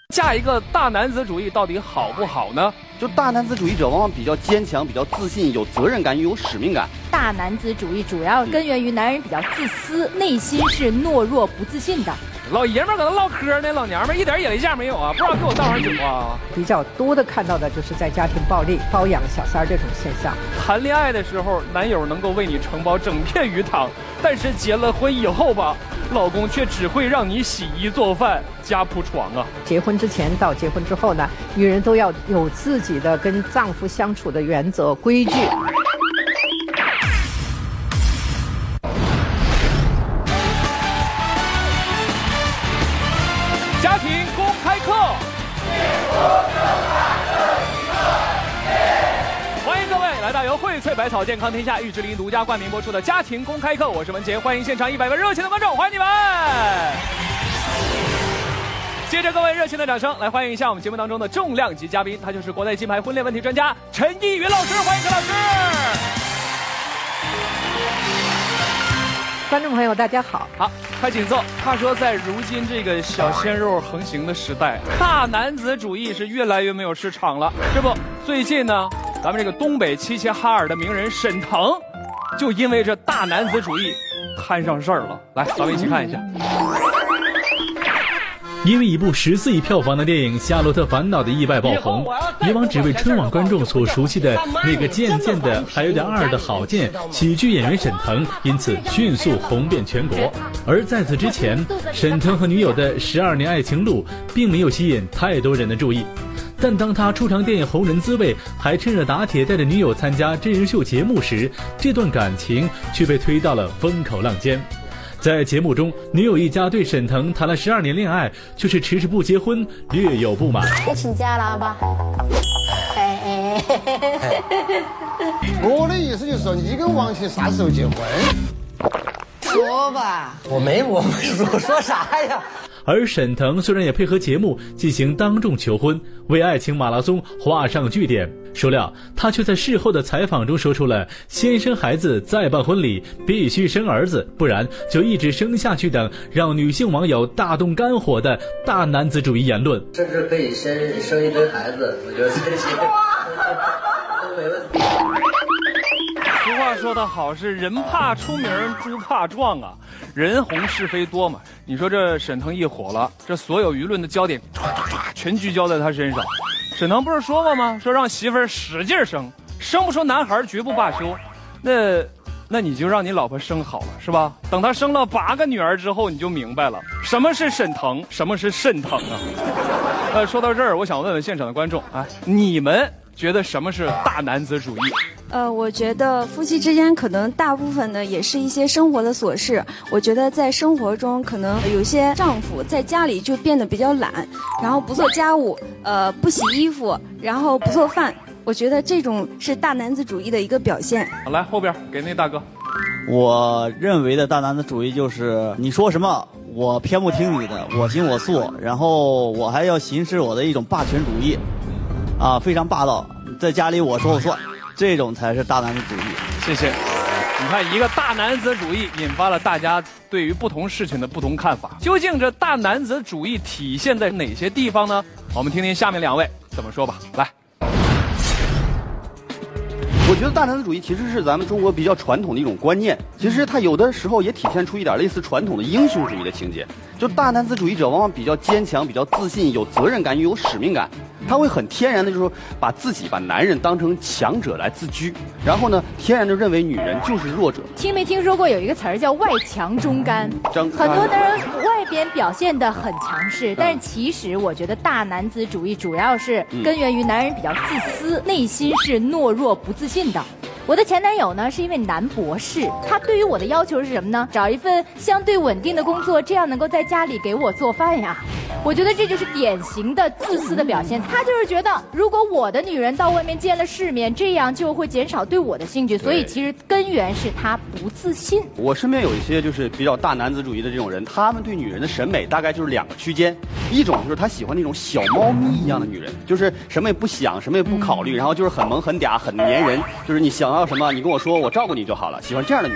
嫁一个大男子主义到底好不好呢？ 就大男子主义者往往比较坚强、比较自信、有责任感、有使命感。 大男子主义主要根源于男人比较自私，内心是懦弱不自信的。 老爷们儿搁那唠嗑呢，老娘们儿一点眼力见没有啊？不知道给我倒上酒啊？ 比较多的看到的就是在家庭暴力、包养小三这种现象。 谈恋爱的时候，男友能够为你承包整片鱼塘，但是结了婚以后吧，老公却只会让你洗衣做饭、家铺床啊。 结婚之前到结婚之后呢，女人都要有自己的跟丈夫相处的原则、规矩。 家庭公开课，欢迎各位来到由荟萃百草健康天下玉之林独家冠名播出的家庭公开课，我是文杰，欢迎现场100个热情的观众，欢迎你们！接着各位热情的掌声，来欢迎一下我们节目当中的重量级嘉宾，他就是国内金牌婚恋问题专家陈逸云老师，欢迎陈老师。 观众朋友，大家好。 好，快请坐。话说，在如今这个小鲜肉横行的时代，大男子主义是越来越没有市场了。这不，最近呢，咱们这个东北齐齐哈尔的名人沈腾，就因为这大男子主义摊上事儿了。来，咱们一起看一下。 因为一部14亿票房的电影《夏洛特烦恼》的意外爆红，以往只为春晚观众所熟悉的那个贱贱的还有点二的郝建喜剧演员沈腾，因此迅速红遍全国。而在此之前，沈腾和女友的12年爱情路并没有吸引太多人的注意。但当他出场电影《红人滋味》，还趁热打铁带着女友参加真人秀节目时，这段感情却被推到了风口浪尖。在节目中，女友一家对沈腾谈了12年恋爱，却是迟迟不结婚，略有不满。 要请假了吧？ 我的意思就是说，你跟王琴啥时候结婚？ 说吧， 我没说啥呀？ 而沈腾虽然也配合节目进行当众求婚，为爱情马拉松画上句点，孰料他却在事后的采访中说出了先生孩子再办婚礼，必须生儿子，不然就一直生下去等让女性网友大动肝火的大男子主义言论， 甚至可以生一堆孩子，我觉得这些都没问题。 俗话说得好，是人怕出名，猪怕壮啊，人红是非多嘛。你说这沈腾一火了，这所有舆论的焦点唰唰唰全聚焦在他身上。沈腾不是说过吗？说让媳妇儿使劲生，生不出男孩绝不罢休。那你就让你老婆生好了，是吧？等她生了8个女儿之后，你就明白了什么是沈腾，什么是肾疼啊。说到这儿，我想问问现场的观众啊，你们觉得什么是大男子主义？ 我觉得夫妻之间可能大部分呢也是一些生活的琐事。我觉得在生活中，可能有些丈夫在家里就变得比较懒，然后不做家务，不洗衣服，然后不做饭。我觉得这种是大男子主义的一个表现。 好，来后边给那大哥。 我认为的大男子主义就是你说什么我偏不听你的，我行我素，然后我还要行使我的一种霸权主义，非常霸道，在家里我说了算，这种才是大男子主义。 谢谢。你看，一个大男子主义引发了大家对于不同事情的不同看法。究竟这大男子主义体现在哪些地方呢？我们听听下面2位怎么说吧。来。 我觉得大男子主义其实是咱们中国比较传统的一种观念，其实它有的时候也体现出一点类似传统的英雄主义的情节。就大男子主义者往往比较坚强、比较自信、有责任感、有使命感，他会很天然的就是说把男人当成强者来自居，然后呢，天然的认为女人就是弱者。 听没听说过有一个词儿叫外强中干？很多的人外边表现得很强势，但是其实我觉得大男子主义主要是根源于男人比较自私，内心是懦弱不自信的。我的前男友呢是一位男博士，他对于我的要求是什么呢？找一份相对稳定的工作，这样能够在家里给我做饭呀。我觉得这就是典型的自私的表现。他就是觉得，如果我的女人到外面见了世面，这样就会减少对我的兴趣。所以其实根源是他不自信。 我身边有一些就是比较大男子主义的这种人，他们对女人的审美大概就是2个区间，一种就是他喜欢那种小猫咪一样的女人，就是什么也不想，什么也不考虑，然后就是很萌很嗲很粘人，就是你想要什么你跟我说，我照顾你就好了，喜欢这样的女人。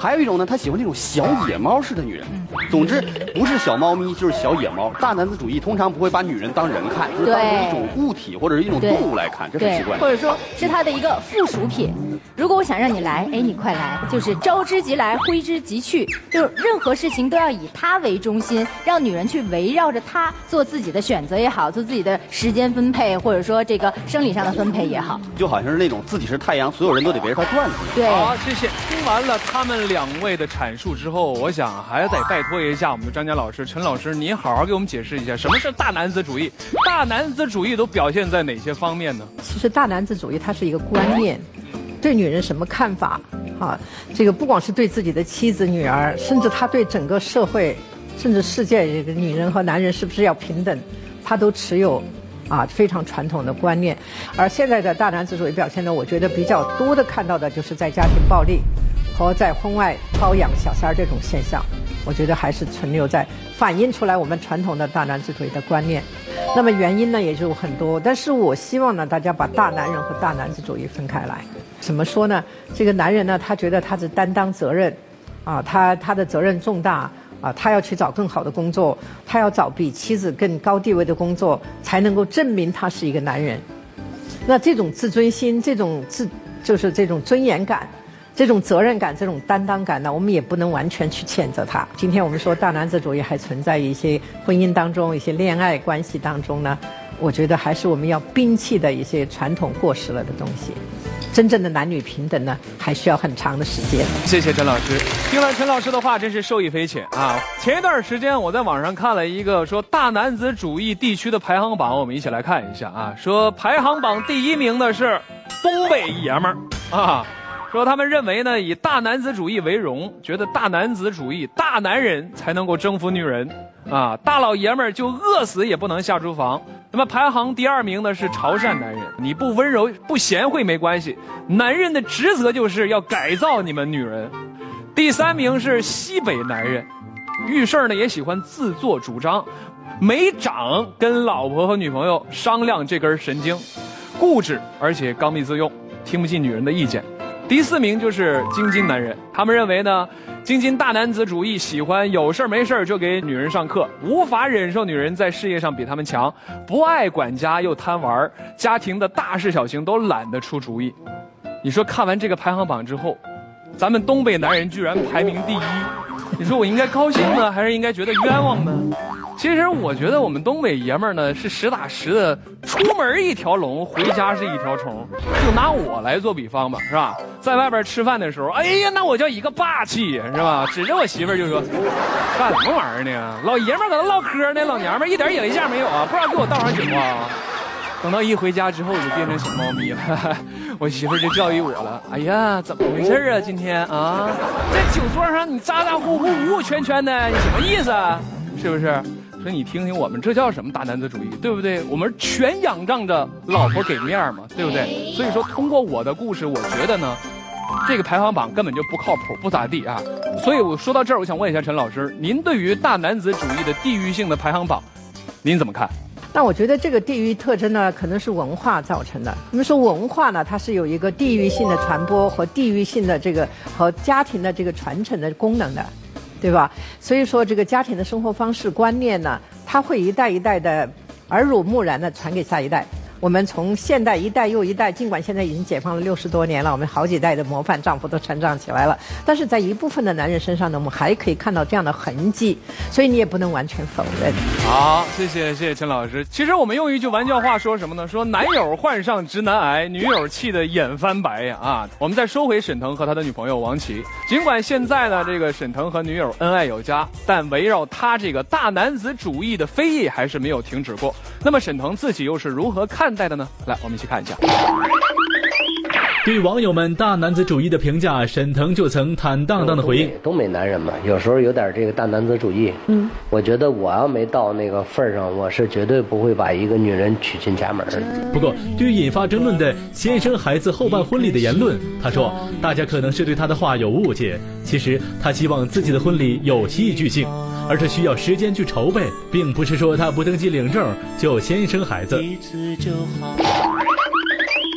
还有一种呢，他喜欢那种小野猫式的女人。总之，不是小猫咪就是小野猫。大男子主义通常不会把女人当人看，就是当成一种物体或者是一种动物来看，这很奇怪。 或者说是他的一个附属品。如果我想让你来，哎，你快来，就是招之即来，挥之即去，就是任何事情都要以他为中心，让女人去围绕着他做自己的选择也好，做自己的时间分配，或者说这个生理上的分配也好， 就好像是那种自己是太阳，所有人都得围着他转。 对， 好，谢谢。听完了他们两位的阐述之后，我想还得拜托一下我们的专家老师陈老师，您好好给我们解释一下什么是大男子主义？大男子主义都表现在哪些方面呢？ 其实大男子主义它是一个观念，对女人什么看法啊？这个不光是对自己的妻子、女儿，甚至他对整个社会，甚至世界，这个女人和男人是不是要平等，他都持有非常传统的观念。而现在的大男子主义表现呢，我觉得比较多的看到的就是在家庭暴力和在婚外包养小三儿这种现象，我觉得还是存留在反映出来我们传统的大男子主义的观念。那么原因呢也就很多，但是我希望呢大家把大男人和大男子主义分开来。怎么说呢？这个男人呢，他觉得他是担当责任，他的责任重大。他要去找更好的工作，他要找比妻子更高地位的工作，才能够证明他是一个男人。那这种自尊心，就是这种尊严感，这种责任感，这种担当感呢，我们也不能完全去谴责他。今天我们说大男子主义还存在一些婚姻当中、一些恋爱关系当中呢，我觉得还是我们要摒弃的一些传统过时了的东西。真正的男女平等呢，还需要很长的时间。 谢谢陈老师，听了陈老师的话，真是受益匪浅啊！前一段时间我在网上看了一个说大男子主义地区的排行榜，我们一起来看一下啊。说排行榜第1名的是东北爷们儿啊，说他们认为呢，以大男子主义为荣，觉得大男子主义、大男人才能够征服女人啊，大老爷们儿就饿死也不能下厨房。那么排行第2名的是潮汕男人，你不温柔不贤惠没关系，男人的职责就是要改造你们女人。第3名是西北男人，遇事呢也喜欢自作主张，没长跟老婆和女朋友商量这根神经，固执而且刚愎自用，听不进女人的意见。第4名就是京津男人，他们认为呢，京津大男子主义喜欢有事没事就给女人上课，无法忍受女人在事业上比他们强，不爱管家又贪玩，家庭的大事小情都懒得出主意。你说看完这个排行榜之后，咱们东北男人居然排名第1，你说我应该高兴呢，还是应该觉得冤枉呢？其实我觉得我们东北爷们儿呢是实打实的，出门一条龙，回家是一条虫。就拿我来做比方吧，是吧？在外边吃饭的时候，哎呀，那我叫一个霸气，是吧？指着我媳妇儿就说，干什么玩意儿呢？老爷们儿搁那唠嗑呢，老娘们儿一点影响没有啊，不知道给我倒上酒啊。等到一回家之后就变成小猫咪了，我媳妇儿就教育我了，哎呀，怎么回事啊？今天啊，在酒桌上你咋咋呼呼、呜呜圈圈的，你什么意思啊？是不是？说你听听我们这叫什么大男子主义，对不对？我们全仰仗着老婆给面嘛，对不对？所以说通过我的故事，我觉得呢，这个排行榜根本就不靠谱，不咋地啊。所以我说到这儿，我想问一下陈老师，您对于大男子主义的地域性的排行榜，您怎么看？ 那我觉得这个地域特征呢，可能是文化造成的。我们说文化呢，它是有一个地域性的传播和地域性的这个和家庭的这个传承的功能的。对吧？所以说这个家庭的生活方式观念呢，它会一代一代的耳濡目染的传给下一代。我们从现代一代又一代，尽管现在已经解放了60多年了，我们好几代的模范丈夫都成长起来了，但是在一部分的男人身上呢，我们还可以看到这样的痕迹，所以你也不能完全否认。 好，谢谢陈老师。其实我们用一句玩笑话说什么呢？说男友患上直男癌，女友气得眼翻白呀！啊，我们再说回沈腾和他的女朋友王琦。尽管现在呢，这个沈腾和女友恩爱有加，但围绕他这个大男子主义的非议还是没有停止过。那么沈腾自己又是如何看待的呢？来，我们一起看一下。 对网友们大男子主义的评价，沈腾就曾坦荡荡的回应： 东北男人嘛，有时候有点这个大男子主义。我觉得我要没到那个份上，我是绝对不会把一个女人娶进家门。 不过，对于引发争论的先生孩子后办婚礼的言论，他说，大家可能是对他的话有误解，其实他希望自己的婚礼有戏剧性，而这需要时间去筹备，并不是说他不登记领证就先生孩子。 其实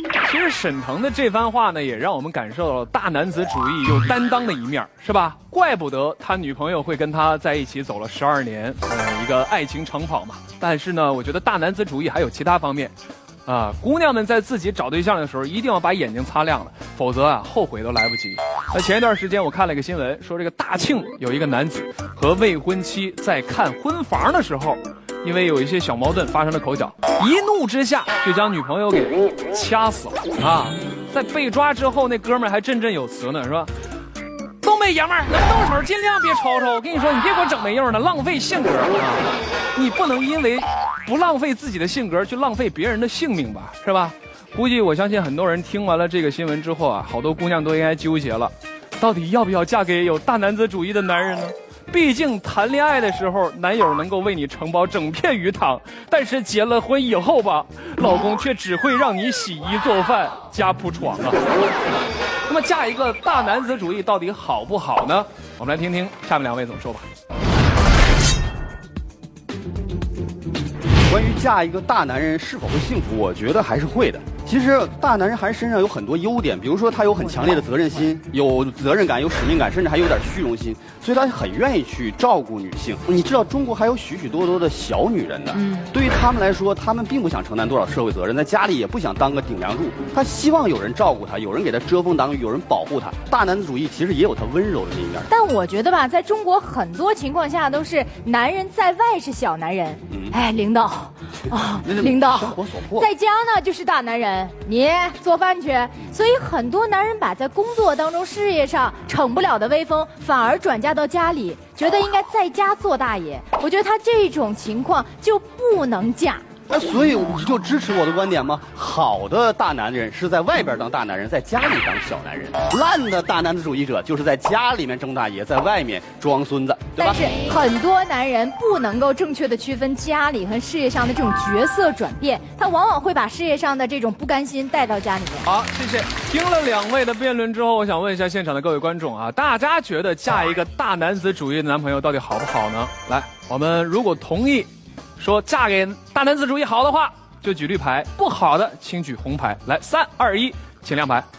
实沈腾的这番话呢，也让我们感受到了大男子主义有担当的一面，是吧？怪不得他女朋友会跟他在一起走了12年，一个爱情长跑嘛。但是呢，我觉得大男子主义还有其他方面。姑娘们在自己找对象的时候，一定要把眼睛擦亮了，否则后悔都来不及。前一段时间我看了一个新闻，说这个大庆有一个男子和未婚妻在看婚房的时候，因为有一些小矛盾发生了口角，一怒之下就将女朋友给掐死了啊！在被抓之后，那哥们儿还振振有词呢，是吧？东北爷们儿能动手尽量别吵吵，我跟你说，你别给我整没用的，浪费性格啊！你不能因为不浪费自己的性格去浪费别人的性命吧，是吧？估计我相信很多人听完了这个新闻之后啊，好多姑娘都应该纠结了，到底要不要嫁给有大男子主义的男人呢？毕竟谈恋爱的时候，男友能够为你承包整片鱼塘，但是结了婚以后吧，老公却只会让你洗衣做饭、家铺床啊。那么嫁一个大男子主义到底好不好呢？我们来听听下面两位怎么说吧。 关于嫁一个大男人是否会幸福，我觉得还是会的。其实大男人还身上有很多优点，比如说他有很强烈的责任心，有责任感，有使命感，甚至还有点虚荣心，所以他很愿意去照顾女性。你知道中国还有许许多多的小女人的，对于他们来说，他们并不想承担多少社会责任，在家里也不想当个顶梁柱，他希望有人照顾他，有人给他遮风挡雨，有人保护他。大男子主义其实也有他温柔的那一面。 但我觉得吧，在中国很多情况下都是男人在外是小男人，领导领导生活所迫， 在家呢就是大男人，你做饭去。所以很多男人把在工作当中、事业上逞不了的威风，反而转嫁到家里，觉得应该在家做大爷。我觉得他这种情况就不能嫁。 那所以你就支持我的观点吗？好的大男人是在外边当大男人，在家里当小男人；烂的大男子主义者就是在家里面争大爷，在外面装孙子，对吧？ 但是很多男人不能够正确的区分家里和事业上的这种角色转变，他往往会把事业上的这种不甘心带到家里面。 好，谢谢。听了两位的辩论之后，我想问一下现场的各位观众啊，大家觉得嫁一个大男子主义的男朋友到底好不好呢？来，我们如果同意说嫁给大男子主义好的话，就举绿牌；不好的，请举红牌。来，3、2、1，请亮牌。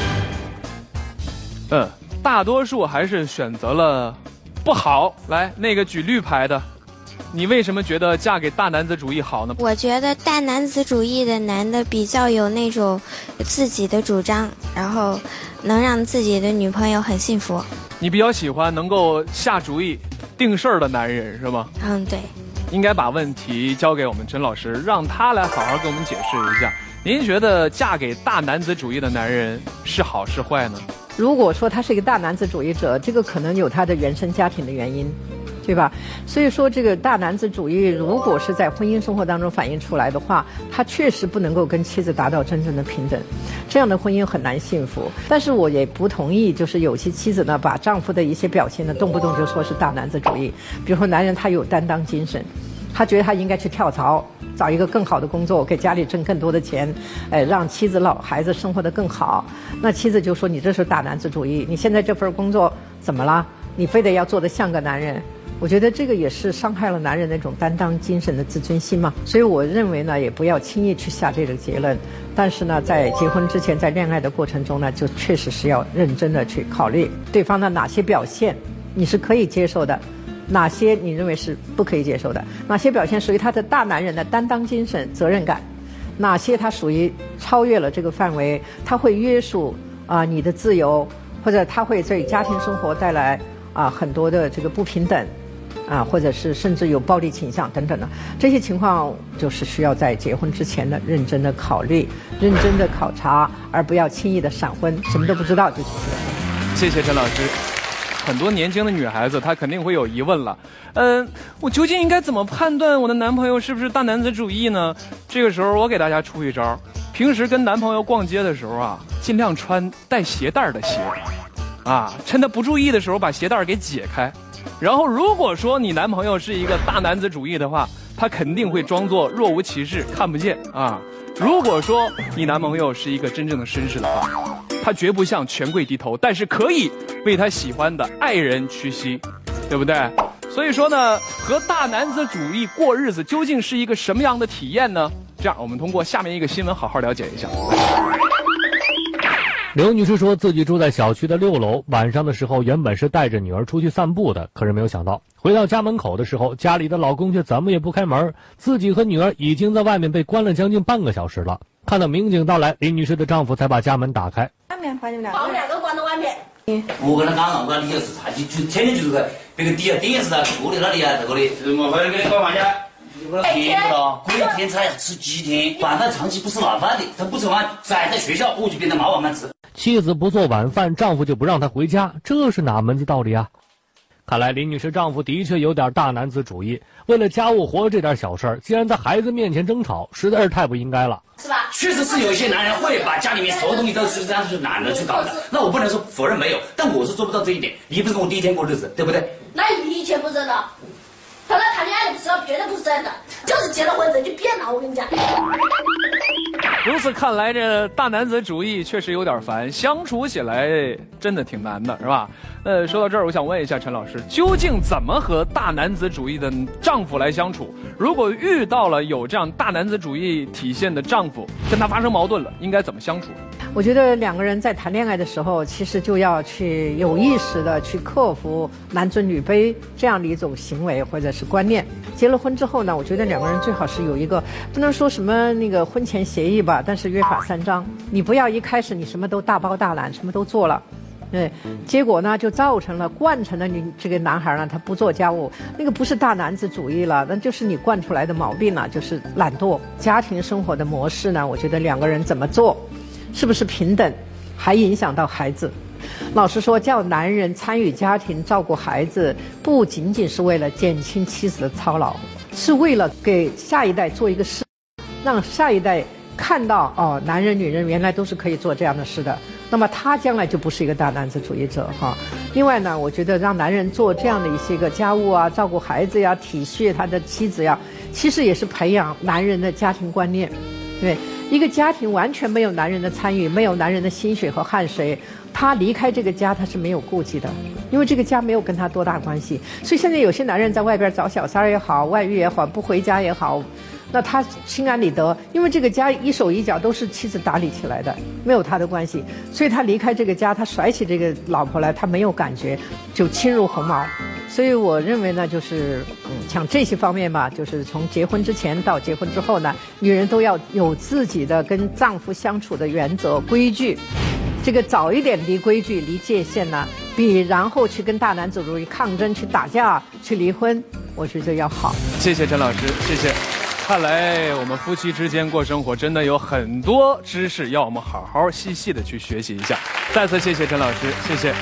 大多数还是选择了不好。来，那个举绿牌的，你为什么觉得嫁给大男子主义好呢？ 我觉得大男子主义的男的比较有那种自己的主张，然后能让自己的女朋友很幸福。 你比较喜欢能够下主意、定事儿的男人是吗？ 对。 应该把问题交给我们陈老师，让他来好好给我们解释一下。您觉得嫁给大男子主义的男人是好是坏呢？ 如果说他是一个大男子主义者，这个可能有他的原生家庭的原因，对吧？所以说这个大男子主义如果是在婚姻生活当中反映出来的话，他确实不能够跟妻子达到真正的平等，这样的婚姻很难幸福。但是我也不同意，就是有些妻子呢把丈夫的一些表现呢动不动就说是大男子主义，比如说男人他有担当精神，他觉得他应该去跳槽，找一个更好的工作，给家里挣更多的钱，让妻子老孩子生活得更好。那妻子就说你这是大男子主义，你现在这份工作怎么了？你非得要做得像个男人。我觉得这个也是伤害了男人那种担当精神的自尊心嘛。所以我认为呢，也不要轻易去下这个结论。但是呢，在结婚之前，在恋爱的过程中呢，就确实是要认真的去考虑对方的哪些表现你是可以接受的，哪些你认为是不可以接受的，哪些表现属于他的大男人的担当精神、责任感，哪些他属于超越了这个范围，他会约束你的自由，或者他会对家庭生活带来很多的这个不平等。或者是甚至有暴力倾向等等的，这些情况就是需要在结婚之前的认真的考虑、认真的考察，而不要轻易的闪婚，什么都不知道就去结婚。 谢谢陈老师。很多年轻的女孩子她肯定会有疑问了，我究竟应该怎么判断我的男朋友是不是大男子主义呢？这个时候我给大家出一招，平时跟男朋友逛街的时候尽量穿带鞋带的鞋，趁他不注意的时候把鞋带给解开。然后如果说你男朋友是一个大男子主义的话，他肯定会装作若无其事，看不见如果说你男朋友是一个真正的绅士的话，他绝不向权贵低头，但是可以为他喜欢的爱人屈膝，对不对？所以说呢，和大男子主义过日子究竟是一个什么样的体验呢？这样我们通过下面一个新闻好好了解一下。 刘女士说自己住在小区的6楼，晚上的时候原本是带着女儿出去散步的，可是没有想到回到家门口的时候，家里的老公却怎么也不开门，自己和女儿已经在外面被关了将近半个小时了。看到民警到来，林女士的丈夫才把家门打开。 把你们两个关到外面。 我跟他刚刚管理由是啥？就天天就是在别个底下电视啊、坐在那里啊，在这里，我回来给你搞饭去。天了，过一天才吃几天，晚饭长期不吃晚饭的，他不吃晚，在学校我就给他买晚饭吃。 妻子不做晚饭，丈夫就不让她回家，这是哪门子道理啊？看来林女士丈夫的确有点大男子主义，为了家务活这点小事儿，竟然在孩子面前争吵，实在是太不应该了， 是吧？确实是有一些男人会把家里面所有东西都是这样去懒得去搞的，那我不能说否认没有，但我是做不到这一点。你不是跟我第一天过日子，对不对？ 那你以前不是的，后来谈恋爱的时候绝对不是这样的，就是结了婚人就变了，我跟你讲。 如此看来，这大男子主义确实有点烦，相处起来真的挺难的，是吧？说到这儿，我想问一下陈老师，究竟怎么和大男子主义的丈夫来相处？如果遇到了有这样大男子主义体现的丈夫，跟他发生矛盾了，应该怎么相处？ 我觉得两个人在谈恋爱的时候，其实就要去有意识的去克服男尊女卑这样的一种行为或者是观念。结了婚之后呢，我觉得两个人最好是有一个，不能说什么那个婚前协议吧，但是约法三章。你不要一开始你什么都大包大揽，什么都做了。对，结果呢就造成了惯成了你这个男孩呢，他不做家务，那个不是大男子主义了，那就是你惯出来的毛病了，就是懒惰。家庭生活的模式呢，我觉得两个人怎么做，是不是平等，还影响到孩子。老实说，叫男人参与家庭照顾孩子，不仅仅是为了减轻妻子的操劳，是为了给下一代做一个示，让下一代看到哦，男人女人原来都是可以做这样的事的。那么他将来就不是一个大男子主义者哈。另外呢，我觉得让男人做这样的一些个家务啊，照顾孩子呀，体恤他的妻子呀，其实也是培养男人的家庭观念。对，一个家庭完全没有男人的参与，没有男人的心血和汗水，他离开这个家他是没有顾忌的，因为这个家没有跟他多大关系。所以现在有些男人在外边找小三儿也好，外遇也好，不回家也好，那他心安理得，因为这个家一手一脚都是妻子打理起来的，没有他的关系，所以他离开这个家，他甩起这个老婆来，他没有感觉，就轻如鸿毛。所以我认为呢，就是像这些方面吧，就是从结婚之前到结婚之后呢，女人都要有自己的跟丈夫相处的原则规矩。这个早一点离规矩离界限呢，比然后去跟大男子主义抗争、去打架、去离婚，我觉得要好。谢谢陈老师，谢谢。看来我们夫妻之间过生活真的有很多知识要我们好好细细的去学习一下。再次谢谢陈老师，谢谢。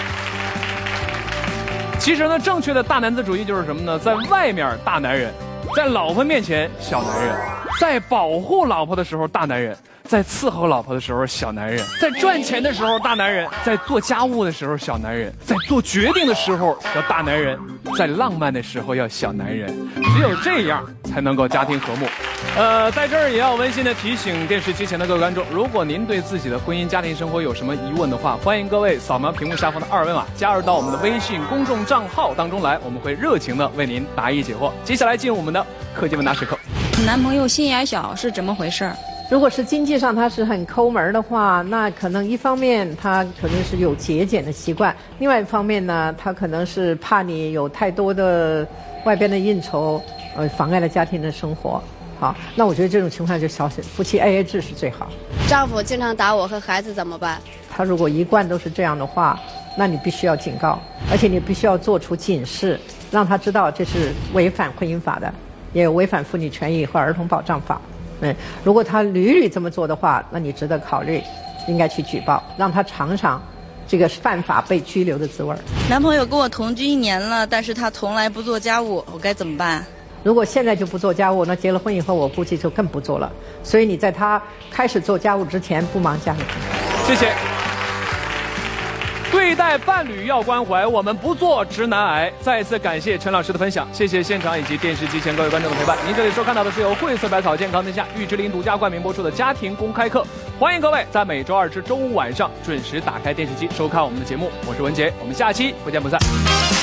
其实呢，正确的大男子主义就是什么呢？在外面大男人，在老婆面前小男人，在保护老婆的时候大男人，在伺候老婆的时候小男人，在赚钱的时候大男人，在做家务的时候小男人，在做决定的时候要大男人，在浪漫的时候要小男人。只有这样才能够家庭和睦。在这儿也要温馨的提醒电视机前的各位观众，如果您对自己的婚姻家庭生活有什么疑问的话，欢迎各位扫描屏幕下方的2维码，加入到我们的微信公众账号当中来，我们会热情的为您答疑解惑。接下来进入我们的科技问答时刻。 男朋友心眼小是怎么回事？ 如果是经济上他是很抠门的话，那可能一方面他可能是有节俭的习惯，另外一方面呢，他可能是怕你有太多的外边的应酬，妨碍了家庭的生活。好，那我觉得这种情况就夫妻 AA 制是最好。 丈夫经常打我和孩子怎么办？ 他如果一贯都是这样的话，那你必须要警告，而且你必须要做出警示，让他知道这是违反婚姻法的，也违反妇女权益和儿童保障法。如果他屡屡这么做的话，那你值得考虑，应该去举报，让他尝尝这个犯法被拘留的滋味。 男朋友跟我同居1年了，但是他从来不做家务，我该怎么办？ 如果现在就不做家务，那结了婚以后我估计就更不做了。所以你在他开始做家务之前不忙嫁给他。 谢谢。对待伴侣要关怀，我们不做直男癌。再一次感谢陈老师的分享，谢谢现场以及电视机前各位观众的陪伴。您这里收看到的是由汇色百草健康天下玉之林独家冠名播出的家庭公开课，欢迎各位在每周2至周5晚上准时打开电视机收看我们的节目。我是文杰，我们下期不见不散。